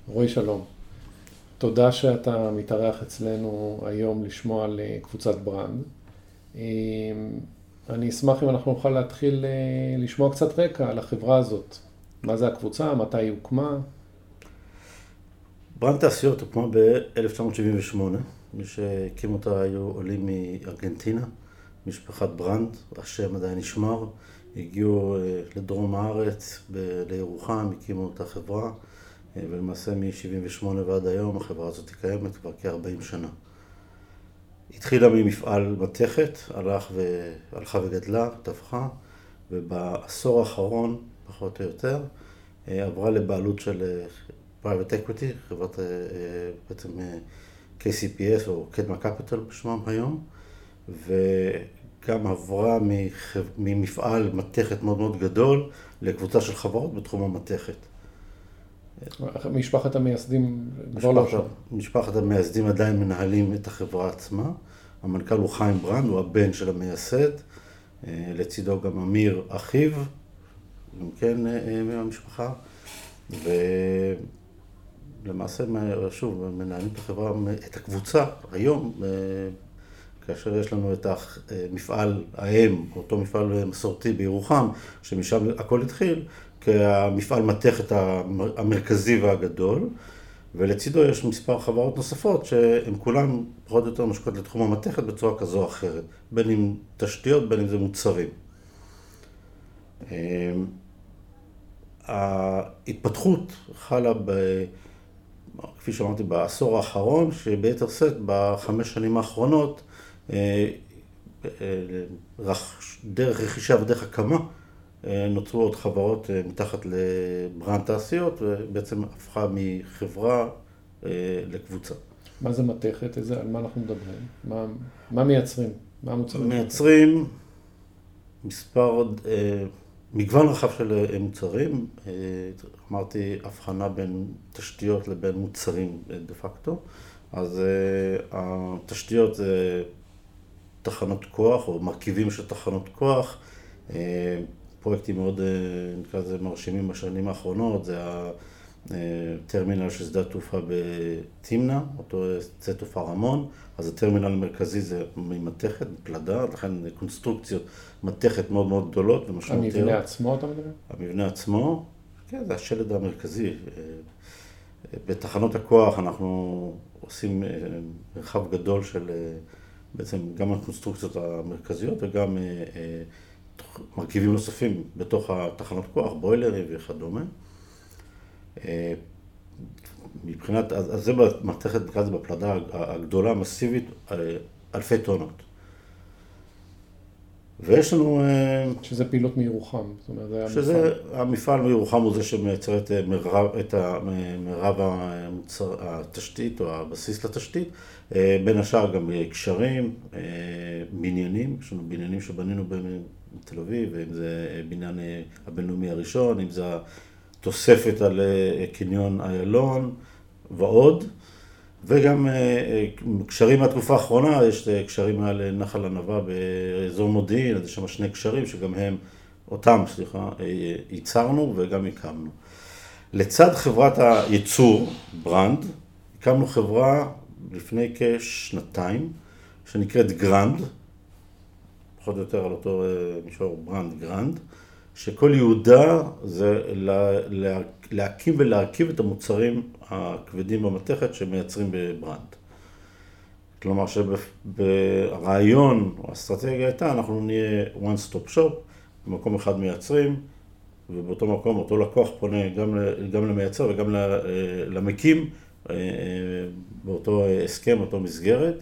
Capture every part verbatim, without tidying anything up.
רועי שלום, תודה שאתה מתארח אצלנו היום לשמוע על קבוצת ברנד. אני אשמח אם אנחנו נוכל להתחיל לשמוע קצת רקע על החברה הזאת. מה זה הקבוצה? מתי היא הוקמה? ברנד תעשיות הוקמה ב-אלף תשע מאות שבעים ושמונה. מי שהקים אותה היו עולים מארגנטינה, משפחת ברנד, השם עדיין נשמר. הגיעו לדרום הארץ, לירוחם, הקימו את החברה, ולמעשה מ-שבעים ושמונה ועד היום החברה הזאת קיימת כבר כ-ארבעים שנה. התחילה ממפעל מתכת, הלך ו... הלכה וגדלה, תפחה, ובעשור האחרון, פחות או יותר, עברה לבעלות של private equity, חברת בעצם קיי סי פי אס או קדמה קפיטל בשמם היום, וגם עברה ממפעל מתכת מאוד מאוד גדול לקבוצה של חברות בתחום המתכת. משפחת המייסדים כבר לא שם. משפחת המייסדים עדיין מנהלים את החברה עצמה. המנכ"ל הוא חיים ברנד, הוא הבן של המייסד. לצידו גם אמיר אחיו, גם כן מהמשפחה. ולמעשה, שוב, מנהלים את החברה, את הקבוצה היום, כאשר יש לנו את המפעל האם, אותו מפעל מסורתי בירוחם, שמשם הכל התחיל, כמפעל מתכת המרכזי והגדול, ולצידו יש מספר חברות נוספות שהן כולן פחות או יותר משקות לתחום המתכת בצורה כזו או אחרת, בין אם תשתיות, בין אם זה מוצרים. ההתפתחות חלה, ב, כפי שאמרתי, בעשור האחרון, שביתר שאת בחמש שנים האחרונות, דרך רכישה ודרך הקמה, נוצרו עוד חברות מתחת לברנד תעשיות, ובעצם הפכה מחברה לקבוצה. מה זה מתכת? איזה, על מה אנחנו מדברים? מה, מה מייצרים? מה המוצרים? מייצרים מספר, מגוון רחב של מוצרים. אמרתי, הבחנה בין תשתיות לבין מוצרים דה פקטו. אז התשתיות זה תחנות כוח, או מרכיבים של תחנות כוח. פרויקטים מאוד, נקרא לזה, מרשימים בשנים האחרונות, זה הטרמינל של שדה התעופה בתמנע, אותו שדה תעופה רמון, אז הטרמינל המרכזי זה ממתכת, פלדה, לכן קונסטרוקציות מתכת מאוד מאוד גדולות ומשמעותיות. המבנה עצמו אתה מדבר? המבנה עצמו, כן, זה השלד המרכזי. בתחנות הכוח אנחנו עושים מרחב גדול של בעצם גם הקונסטרוקציות המרכזיות וגם מרכיבים נוספים בתוך התחנות כוח, בוילרים וכדומה. מבחינת, אז זה במתכת, נקרא לזה בפלדה הגדולה, המסיבית, אלפי טונות. ויש לנו... שזה פעילות מירוחם, זאת אומרת, זה המפעל. שזה, המפעל מירוחם הוא זה שמייצר את מרב, את מרב התשתית או הבסיס לתשתית. בין השאר גם קשרים, בניינים, יש לנו בניינים שבנינו בתל אביב, אם זה בניין הבינלאומי הראשון, אם זה התוספת על קניון איילון ועוד. וגם קשרים מהתקופה האחרונה, יש קשרים על נחל ענבה באזור מודיעין, אז יש שם שני קשרים שגם הם, אותם, סליחה, ייצרנו וגם הקמנו. לצד חברת הייצור, ברנד, הקמנו חברה לפני כשנתיים, שנקראת גרנד, פחות או יותר על אותו מישור ברנד גרנד, שכל ייעודה זה להקים ולהרכיב את המוצרים הכבדים במתכת שמייצרים בברנד. כלומר שברעיון או האסטרטגיה הייתה, אנחנו נהיה one stop shop, במקום אחד מייצרים, ובאותו מקום אותו לקוח פונה גם, גם למייצר וגם למקים, באותו הסכם, באותו מסגרת,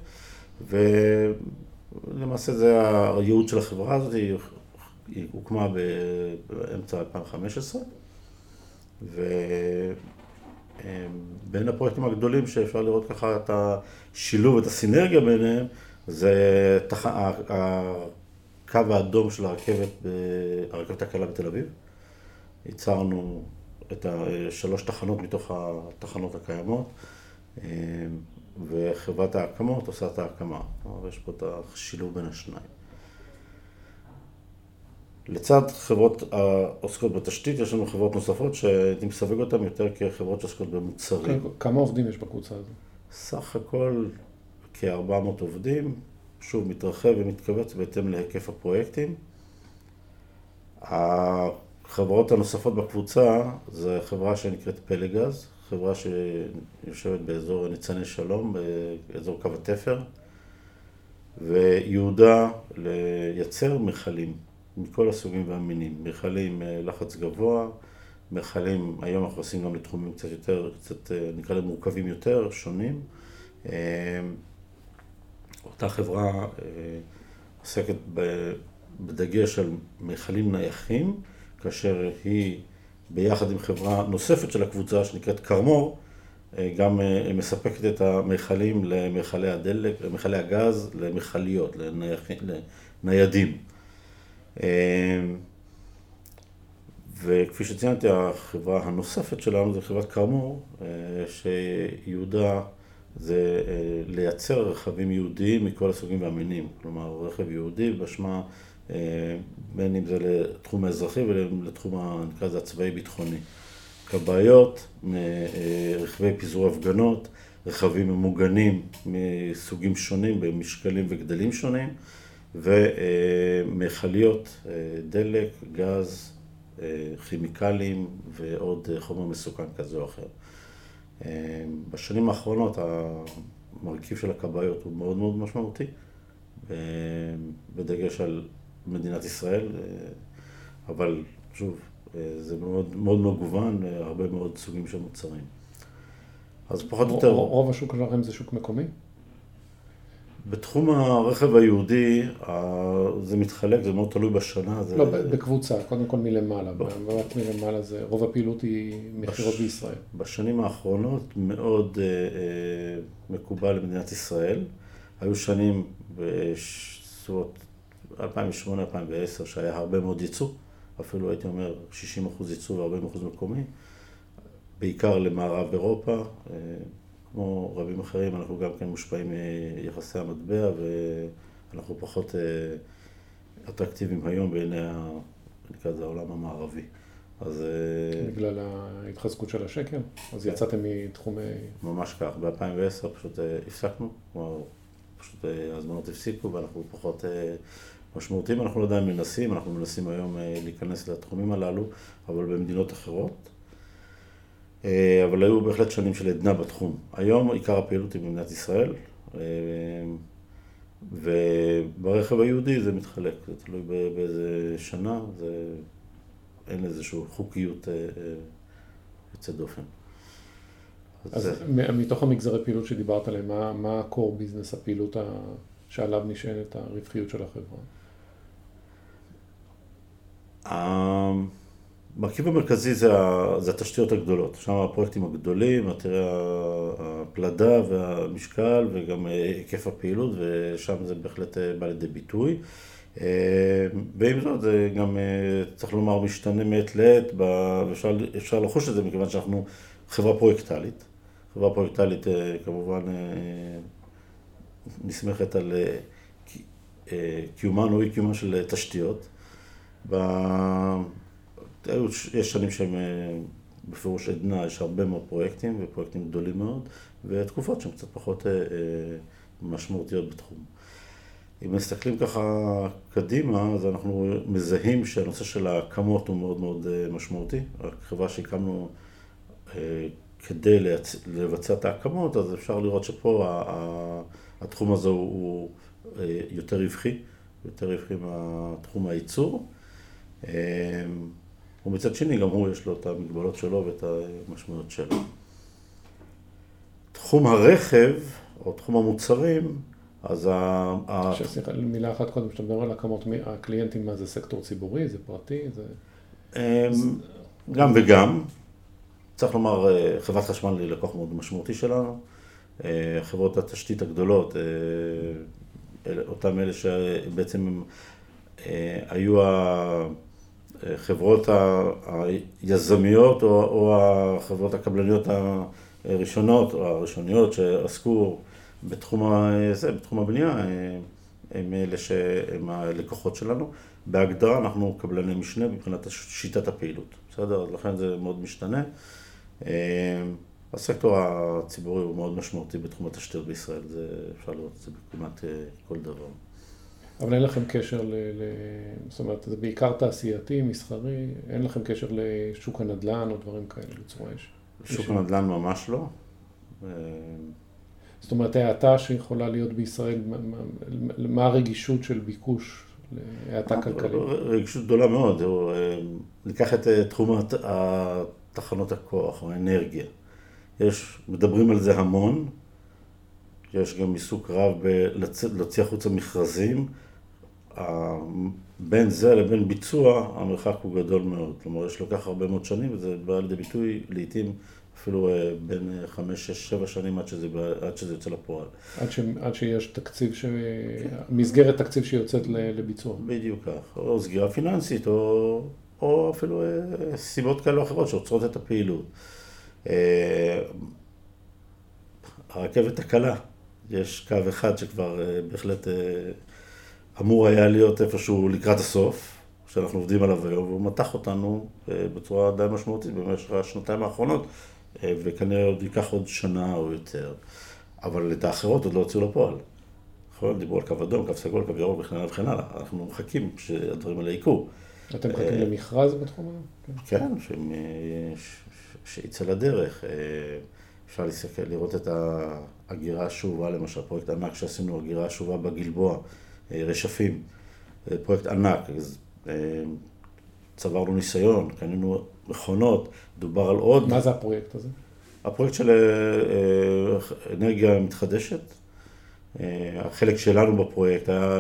ולמעשה זה הייעוד של החברה הזאת, היא הוקמה באמצע אלפיים וחמש עשרה, ובין הפרויקטים הגדולים שאפשר לראות ככה את השילוב ואת הסינרגיה ביניהם, זה הקו האדום של הרכבת, הרכבת הקלה בתל אביב. ייצרנו את שלוש תחנות מתוך התחנות הקיימות, וחברת ההקמות עושה את ההקמה. יש פה את השילוב בין השניים. לצד חברות העוסקות בתשתית, יש לנו חברות נוספות שהייתי מסווג אותן יותר כחברות שעוסקות במוצרים. כמה עובדים יש בקבוצה הזו? סך הכל כ-ארבע מאות עובדים, שוב מתרחב ומתכווץ בהתאם להיקף הפרויקטים. החברות הנוספות בקבוצה זה חברה שנקראת פלגז, חברה שיושבת באזור ניצני שלום, באזור קו התפר, ויעודה לייצר מכלים מכל הסוגים והמינים, מכלים לחץ גבוה, מכלים, היום אנחנו עושים גם לתחומים קצת יותר, קצת נקרא להם מורכבים יותר, שונים. אותה חברה עוסקת בדגש על מכלים נייחים, כאשר היא ביחד עם חברה נוספת של הקבוצה שנקראת קרמור, גם מספקת את המכלים למכלי הדלק, למכלי הגז, למכליות, לניידים. וכפי שציינתי, החברה הנוספת שלנו זה חברת קרמור, שיהודה זה לייצר רכבים יהודיים מכל הסוגים והמינים. כלומר, רכב יהודי בשמה, בין אם זה לתחום האזרחי ולתחום, נקרא לזה, הצבאי-ביטחוני. כבאיות, רכבי פיזור הפגנות, רכבים ממוגנים מסוגים שונים, במשקלים וגדלים שונים, ומכליות, דלק, גז, כימיקלים ועוד חומר מסוכן כזה או אחר. בשנים האחרונות המרכיב של הכבאיות הוא מאוד מאוד משמעותי, בדגש על מדינת ישראל, אבל שוב, זה מאוד מאוד מגוון, הרבה מאוד סוגים של מוצרים. אז פחות או יותר... רוב השוק שלכם זה שוק מקומי? בתחום הרכב היהודי זה מתחלק, זה מאוד תלוי בשנה. לא, בקבוצה, קודם כל מלמעלה. במבט מלמעלה זה, רוב הפעילות היא מכירות בישראל. בשנים האחרונות מאוד מקובל למדינת ישראל. היו שנים בסביבות אלפיים ושמונה אלפיים ועשר שהיה הרבה מאוד ייצוא, אפילו הייתי אומר שישים אחוז ייצוא ו-ארבעים אחוז מקומי, בעיקר למערב אירופה. כמו רבים אחרים, אנחנו גם כן מושפעים מיחסי המטבע, ואנחנו פחות אטרקטיביים היום בעיני העולם המערבי. אז... בגלל ההתחזקות של השקל? אז יצאתם מתחומי... ממש כך, ב-אלפיים ועשר פשוט הפסקנו, כלומר, פשוט הזמנות הפסיקו ואנחנו פחות משמעותיים. אנחנו עדיין מנסים, אנחנו מנסים היום להיכנס לתחומים הללו, אבל במדינות אחרות. אבל היו בהחלט שנים של עדנה בתחום. היום עיקר הפעילות היא במדינת ישראל, וברכב היהודי זה מתחלק, זה תלוי באיזה שנה, זה... אין איזושהי חוקיות יוצאת דופן. אז זה... מתוך המגזרי פעילות שדיברת עליהם, מה, מה ה-core business, הפעילות ה... שעליו נשענת הרווחיות של החברה? המרכיב המרכזי זה, זה התשתיות הגדולות, שם הפרויקטים הגדולים, הפלדה והמשקל וגם היקף הפעילות, ושם זה בהחלט בא לידי ביטוי. ועם זאת, זה גם צריך לומר משתנה מעת לעת, ואפשר אפשר לחוש את זה מכיוון שאנחנו חברה פרויקטלית. חברה פרויקטלית כמובן נסמכת על קיומן או אי קיומן של תשתיות. יש שנים שהם בפירוש עדנה, יש הרבה מאוד פרויקטים ופרויקטים גדולים מאוד, ותקופות שהן קצת פחות משמעותיות בתחום. אם מסתכלים ככה קדימה, אז אנחנו מזהים שהנושא של ההקמות הוא מאוד מאוד משמעותי. החברה שהקמנו כדי לבצע את ההקמות, אז אפשר לראות שפה התחום הזה הוא יותר רווחי, יותר רווחי מהתחום הייצור. ומצד שני, גם הוא יש לו את המגבלות שלו ואת המשמעויות שלו. תחום הרכב, או תחום המוצרים, אז ה... סליחה, מילה אחת קודם, שאתה מדבר על הקמות, הקליינטים, מה זה סקטור ציבורי, זה פרטי, זה... גם וגם. צריך לומר, חברת חשמל היא לקוח מאוד משמעותי שלנו. חברות התשתית הגדולות, אותם אלה שבעצם היו החברות היזמיות או החברות הקבלניות הראשונות או הראשוניות שעסקו בתחום הזה, בתחום הבנייה, הם אלה שהם הלקוחות שלנו. בהגדרה אנחנו קבלני משנה מבחינת שיטת הפעילות, בסדר? אז לכן זה מאוד משתנה. הסקטור הציבורי הוא מאוד משמעותי בתחום התשתיות בישראל, זה אפשר לראות את זה בכמעט כל דבר. אבל אין לכם קשר, ל, ל... זאת אומרת, זה בעיקר תעשייתי, מסחרי, אין לכם קשר לשוק הנדל"ן או דברים כאלה בצורה יש? שוק הנדל"ן ממש לא. זאת אומרת, ההאטה שיכולה להיות בישראל, מה הרגישות של ביקוש להאטה כלכלית? רגישות גדולה מאוד. ניקח את תחום תחנות הכוח או האנרגיה. יש, מדברים על זה המון. יש גם עיסוק רב בלהוציא החוצה מכרזים. בין זה לבין ביצוע, המרחק הוא גדול מאוד. כלומר, יש לוקח הרבה מאוד שנים, וזה בא לידי ביטוי לעתים אפילו בין חמש, שש, שבע שנים עד שזה, עד שזה יוצא לפועל. עד, ש, עד שיש תקציב, ש... מסגרת תקציב שיוצאת לביצוע. בדיוק כך. או סגירה פיננסית, או, או אפילו סיבות כאלה או אחרות שעוצרות את הפעילות. הרכבת הקלה, יש קו אחד שכבר בהחלט אמור היה להיות איפשהו לקראת הסוף, שאנחנו עובדים עליו היום, והוא מתח אותנו בצורה די משמעותית במשך השנתיים האחרונות, וכנראה עוד ייקח עוד שנה או יותר. אבל את האחרות עוד לא הוציאו לפועל. נכון? דיברו על קו אדום, קו סגול, קו ירוק וכן הלאה וכן הלאה. אנחנו מחכים שהדברים האלה יקרו. אתם מחכים למכרז בתחום הזה? כן, שיצא לדרך. אפשר להסתכל, לראות את ההגירה השובה, למשל, פרויקט ענק שעשינו, הגירה השובה בגלבוע, רשפים, פרויקט ענק. צברנו ניסיון, קנינו מכונות, דובר על עוד. מה זה הפרויקט הזה? הפרויקט של אנרגיה מתחדשת. החלק שלנו בפרויקט היה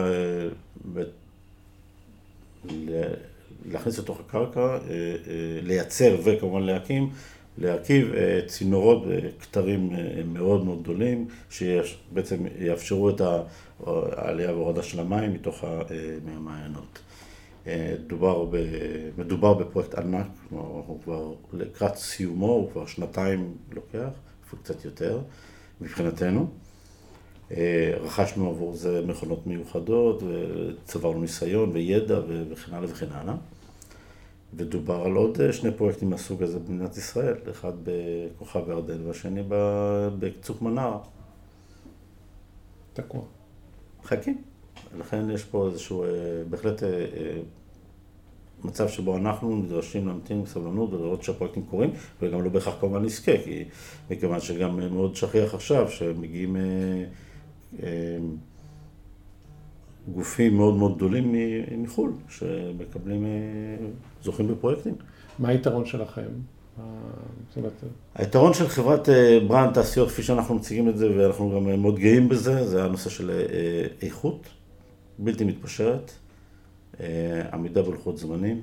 להכניס לתוך הקרקע, לייצר וכמובן להקים, להרכיב צינורות כתרים מאוד מאוד גדולים, שבעצם יאפשרו את העלייה והורדה של המים מתוך המעיינות. מדובר, ב, מדובר בפרויקט ענק, הוא כבר לקראת סיומו, הוא כבר שנתיים לוקח, אפילו קצת יותר, מבחינתנו. רכשנו עבור זה מכונות מיוחדות, וצברנו ניסיון וידע וכן הלאה וכן הלאה. ודובר על עוד שני פרויקטים מהסוג הזה במדינת ישראל, אחד בכוכב ירדן והשני בצוק מנרה. תקוע. חכים. לכן יש פה איזשהו בהחלט מצב שבו אנחנו נדרשים להמתין בסבלנות ולראות שהפרויקטים קורים, וגם לא בהכרח כמובן נזכה, כי מכיוון שגם מאוד שכיח עכשיו שמגיעים גופים מאוד מאוד גדולים מחו"ל, שמקבלים, זוכים בפרויקטים. מה היתרון שלכם? היתרון של חברת ברנד תעשיות, כפי שאנחנו מציגים את זה, ואנחנו גם מאוד גאים בזה, זה הנושא של איכות, בלתי מתפשרת, עמידה בלוחות זמנים,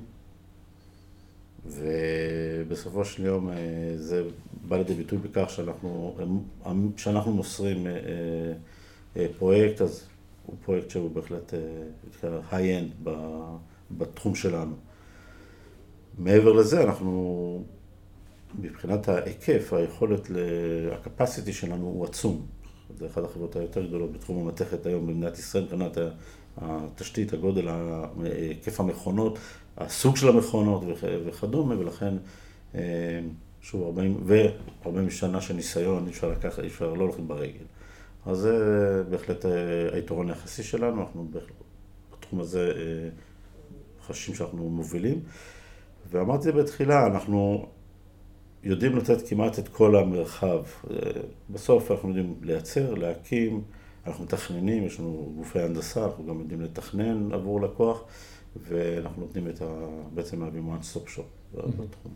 ובסופו של יום זה בא לידי ביטוי בכך שאנחנו, שאנחנו מוסרים פרויקט, אז הוא פרויקט שהוא בהחלט היי-אנד בתחום שלנו. מעבר לזה, אנחנו, מבחינת ההיקף, היכולת, הקפסיטי שלנו הוא עצום. זה אחת החברות היותר גדולות בתחום המתכת היום במדינת ישראל, מבחינת התשתית, הגודל, היקף המכונות, הסוג של המכונות וכדומה, ולכן, שוב, ארבעים ו-ארבעים שנה של ניסיון, אי אפשר לקחת, אי אפשר לא הולכים ברגל. אז זה בהחלט היתרון היחסי שלנו, אנחנו בתחום הזה חשים שאנחנו מובילים. ואמרתי בתחילה, אנחנו יודעים לתת כמעט את כל המרחב. בסוף אנחנו יודעים לייצר, להקים, אנחנו מתכננים, יש לנו גופי הנדסה, אנחנו גם יודעים לתכנן עבור לקוח, ואנחנו נותנים את ה... בעצם מהווים one stop shop בתחום.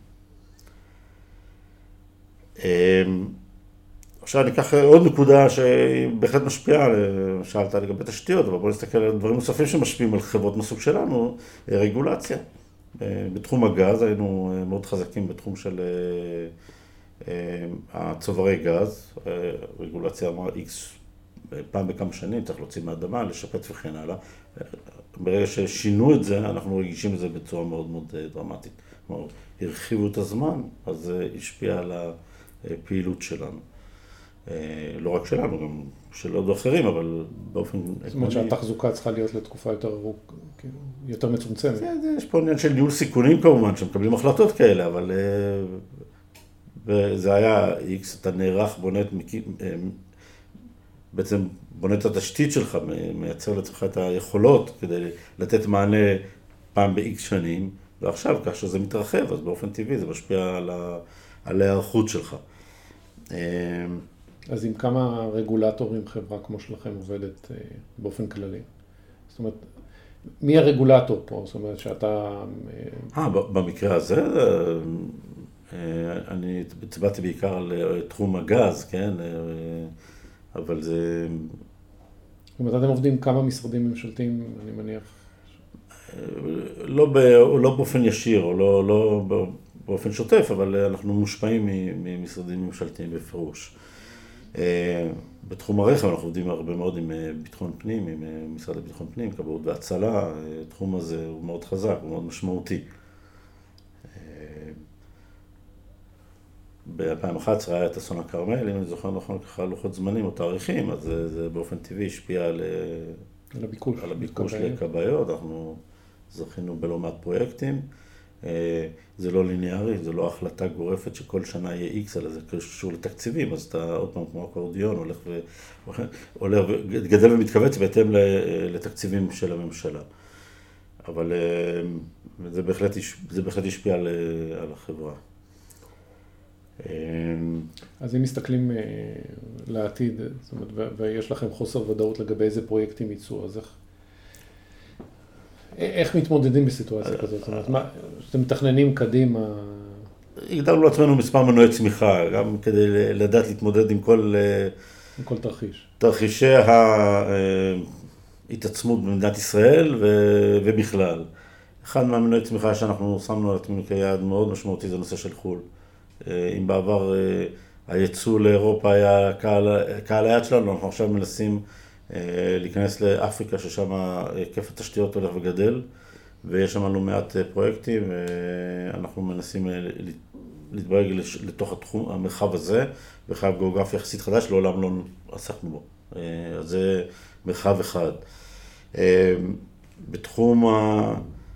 עכשיו ניקח עוד נקודה שהיא בהחלט משפיעה, שאלת לגבי תשתיות, אבל בואו נסתכל על דברים נוספים שמשפיעים על חברות מסוג שלנו, רגולציה. בתחום הגז היינו מאוד חזקים בתחום של הצוברי גז, רגולציה אמרה איקס פעם בכמה שנים, צריך להוציא מהאדמה, לשפץ וכן הלאה. ברגע ששינו את זה, אנחנו רגישים את זה בצורה מאוד מאוד דרמטית. כלומר, הרחיבו את הזמן, אז זה השפיע על הפעילות שלנו. לא רק שלנו, גם של עוד אחרים, אבל באופן... זאת אומרת שהתחזוקה צריכה להיות לתקופה יותר ארוכה, יותר מצומצמת. יש פה עניין של ניהול סיכונים כמובן, שמקבלים החלטות כאלה, אבל זה היה X, אתה נערך, בונה את... בעצם בונה את התשתית שלך, מייצר לעצמך את היכולות כדי לתת מענה פעם ב-X שנים, ועכשיו, כאשר זה מתרחב, אז באופן טבעי זה משפיע על, ה... על ההיערכות שלך. אז עם כמה רגולטורים חברה כמו שלכם עובדת באופן כללי? זאת אומרת, מי הרגולטור פה? זאת אומרת שאתה... אה, במקרה הזה, אני הצבעתי בעיקר על תחום הגז, כן? אבל זה... זאת אומרת, אתם עובדים כמה משרדים ממשלתיים, אני מניח? לא, ב... לא באופן ישיר, או לא, לא באופן שוטף, אבל אנחנו מושפעים ממשרדים ממשלתיים בפירוש. בתחום הרכב אנחנו עובדים הרבה מאוד עם ביטחון פנים, עם משרד לביטחון פנים, כבאות והצלה, התחום הזה הוא מאוד חזק, הוא מאוד משמעותי. ב-אלפיים ואחת עשרה היה את אסון הכרמל, אם אני זוכר נכון ככה לוחות זמנים או תאריכים, אז זה, זה באופן טבעי השפיע על, על הביקוש, על הביקוש לכבאיות, אנחנו זכינו בלא מעט פרויקטים. זה לא ליניארי, זה לא החלטה גורפת שכל שנה יהיה X, אלא זה קשור לתקציבים, אז אתה עוד פעם כמו אקורדיון, הולך ו... הולך וגדל ומתכווץ בהתאם לתקציבים של הממשלה. אבל זה בהחלט, זה בהחלט השפיע על, על החברה. אז אם מסתכלים לעתיד, זאת אומרת, ויש לכם חוסר ודאות לגבי איזה פרויקטים ייצאו, אז איך... איך מתמודדים בסיטואציה כזאת? זאת אומרת, מה, שאתם מתכננים קדימה? הגדרנו לעצמנו מספר מנועי צמיחה, גם כדי לדעת להתמודד עם כל... עם כל תרחיש. תרחישי ההתעצמות במדינת ישראל ובכלל. אחד מהמנועי צמיחה שאנחנו שמנו על עצמנו כיעד מאוד משמעותי זה נושא של חו"ל. אם בעבר הייצוא לאירופה היה קהל היעד שלנו, אנחנו עכשיו מנסים להיכנס לאפריקה, ששם היקף התשתיות הולך וגדל, ויש שם לא מעט פרויקטים, ואנחנו מנסים להתברג לתוך התחום, המרחב הזה, מרחב גיאוגרפי יחסית חדש, לעולם לא עסקנו בו. אז זה מרחב אחד. בתחום ה...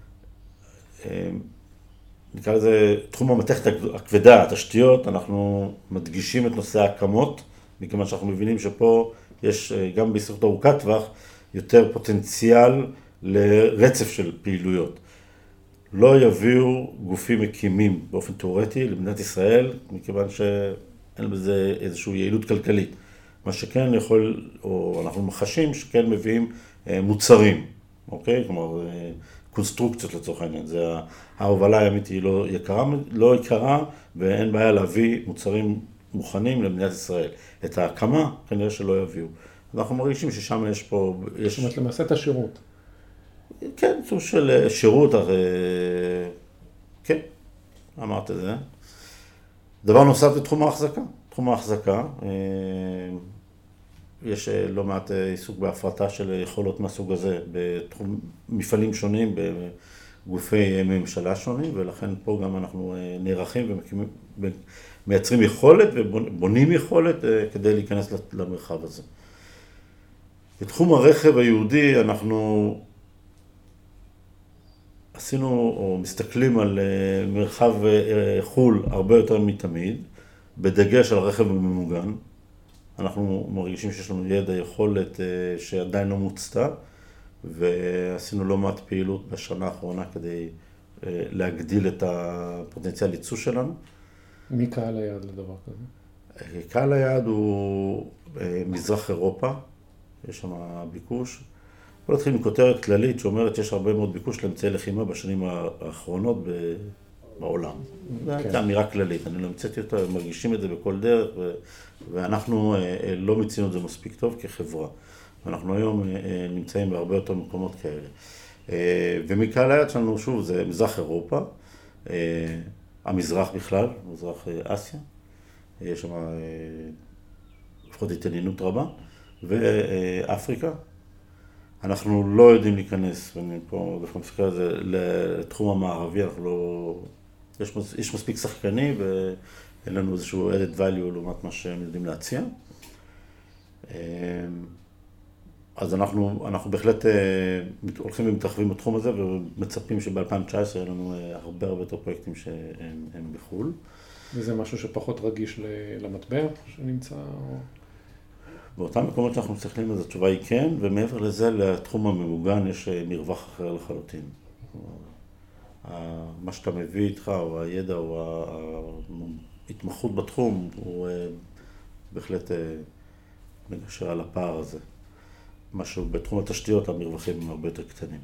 נקרא לזה, תחום המתכת הכבדה, התשתיות, אנחנו מדגישים את נושא ההקמות, מכיוון שאנחנו מבינים שפה יש גם בהסתכלות ארוכת טווח יותר פוטנציאל לרצף של פעילויות. לא יביאו גופים מקימים באופן תיאורטי למדינת ישראל, מכיוון שאין בזה איזושהי יעילות כלכלית. מה שכן יכול, או אנחנו מחשים שכן מביאים מוצרים, אוקיי? כלומר, קונסטרוקציות לצורך העניין. זה ההובלה הימית היא לא יקרה, לא יקרה, ואין בעיה להביא מוצרים מוכנים למדינת ישראל. את ההקמה כנראה שלא יביאו. אנחנו מרגישים ששם יש פה... זאת אומרת, למעשה את השירות. כן, סוג של שירות, הרי... כן, אמרת את זה. דבר נוסף זה תחום ההחזקה. תחום ההחזקה, יש לא מעט עיסוק בהפרטה של יכולות מהסוג הזה, בתחום מפעלים שונים, בגופי ממשלה שונים, ולכן פה גם אנחנו נערכים ומייצרים יכולת ובונים יכולת כדי להיכנס למרחב הזה. בתחום הרכב היהודי אנחנו עשינו או מסתכלים על מרחב חול הרבה יותר מתמיד, בדגש על רכב ממוגן. אנחנו מרגישים שיש לנו ידע, יכולת שעדיין לא מוצתה, ועשינו לא מעט פעילות בשנה האחרונה כדי להגדיל את הפוטנציאל ייצוא שלנו. מי קהל היעד לדבר כזה? קהל היעד הוא מזרח אירופה, יש שם ביקוש. בוא נתחיל עם כותרת כללית שאומרת שיש הרבה מאוד ביקוש לאמצעי לחימה בשנים האחרונות בעולם. זו הייתה אמירה כללית, אני לא המצאתי אותה, מרגישים את זה בכל דרך, ואנחנו לא מצינו את זה מספיק טוב כחברה. ואנחנו היום נמצאים בהרבה יותר מקומות כאלה. ומקהל היעד שלנו, שוב, זה מזרח אירופה, המזרח בכלל, מזרח אסיה, יש שם לפחות התעניינות רבה, ואפריקה. אנחנו לא יודעים להיכנס, ואני פה דווקא מסתכל על זה, לתחום המערבי, אנחנו לא... יש, יש מספיק שחקנים ואין לנו איזשהו added value לעומת מה שהם יודעים להציע. אז אנחנו, אנחנו בהחלט הולכים ומתרחבים בתחום הזה ומצפים שב-אלפיים תשע עשרה יהיו לנו הרבה הרבה יותר פרויקטים שהם בחו"ל. וזה משהו שפחות רגיש למטבע שנמצא? או... באותם מקומות שאנחנו מסתכלים על זה, התשובה היא כן, ומעבר לזה, לתחום הממוגן יש מרווח אחר לחלוטין. מה שאתה מביא איתך, או הידע, או ההתמחות בתחום, הוא בהחלט מגשר על הפער הזה. משהו בתחום התשתיות, המרווחים הם הרבה יותר קטנים.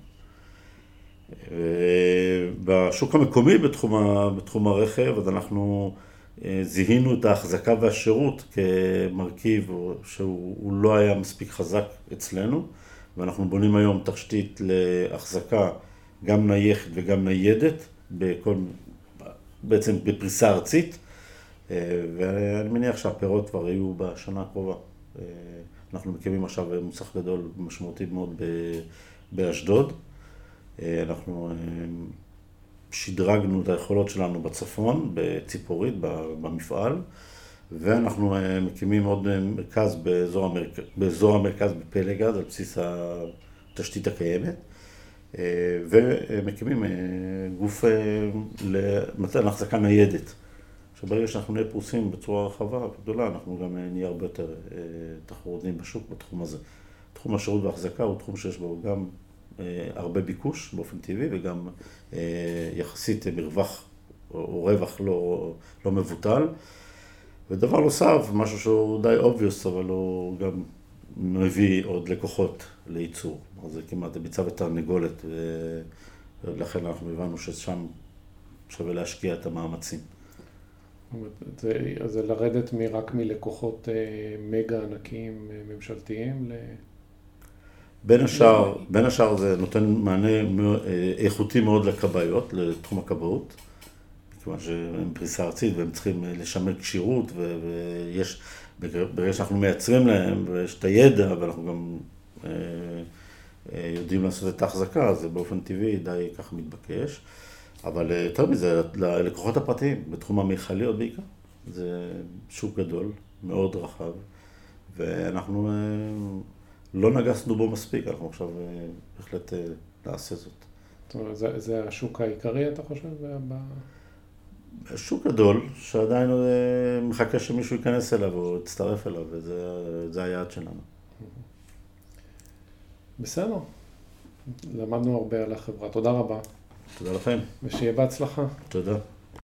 בשוק המקומי, בתחום, בתחום הרכב, אז אנחנו זיהינו את ההחזקה והשירות כמרכיב שהוא לא היה מספיק חזק אצלנו, ואנחנו בונים היום תשתית להחזקה גם נייחת וגם ניידת, בכל, בעצם בפריסה ארצית, ואני מניח שהפירות כבר יהיו בשנה הקרובה. אנחנו מקימים עכשיו מוסך גדול משמעותי מאוד באשדוד. אנחנו שדרגנו את היכולות שלנו בצפון, בציפורית, במפעל, ואנחנו מקימים עוד מרכז באזור המרכז, באזור המרכז בפלגז, על בסיס התשתית הקיימת, ומקימים גוף למתן החזקה ניידת. שברגע שאנחנו נהיה פרוסים בצורה רחבה גדולה, אנחנו גם נהיה הרבה יותר תחרותיים בשוק בתחום הזה. תחום השירות וההחזקה הוא תחום שיש בו גם הרבה ביקוש באופן טבעי, וגם יחסית מרווח או רווח לא, לא מבוטל. ודבר נוסף, משהו שהוא די obvious, אבל הוא גם מביא עוד לקוחות לייצור. אז זה כמעט ביצה ותרנגולת, ולכן אנחנו הבנו ששם שווה להשקיע את המאמצים. זה, זה לרדת רק מלקוחות מגה ענקיים ממשלתיים ל... בין השאר, בין השאר זה נותן מענה איכותי מאוד לכבאיות, לתחום הכבאות, מכיוון שהם פריסה ארצית והם צריכים לשמר כשירות, ויש, ברגע שאנחנו מייצרים להם, ויש את הידע, ואנחנו גם יודעים לעשות את ההחזקה, אז זה באופן טבעי די כך מתבקש. אבל יותר מזה, ללקוחות הפרטיים, בתחום המכליות בעיקר, זה שוק גדול, מאוד רחב, ואנחנו לא נגסנו בו מספיק, אנחנו עכשיו בהחלט נעשה זאת. זאת אומרת, זה, זה השוק העיקרי, אתה חושב? שוק גדול, שעדיין מחכה שמישהו ייכנס אליו או יצטרף אליו, וזה היעד שלנו. בסדר. למדנו הרבה על החברה. תודה רבה. תודה לכם. ושיהיה בהצלחה. תודה.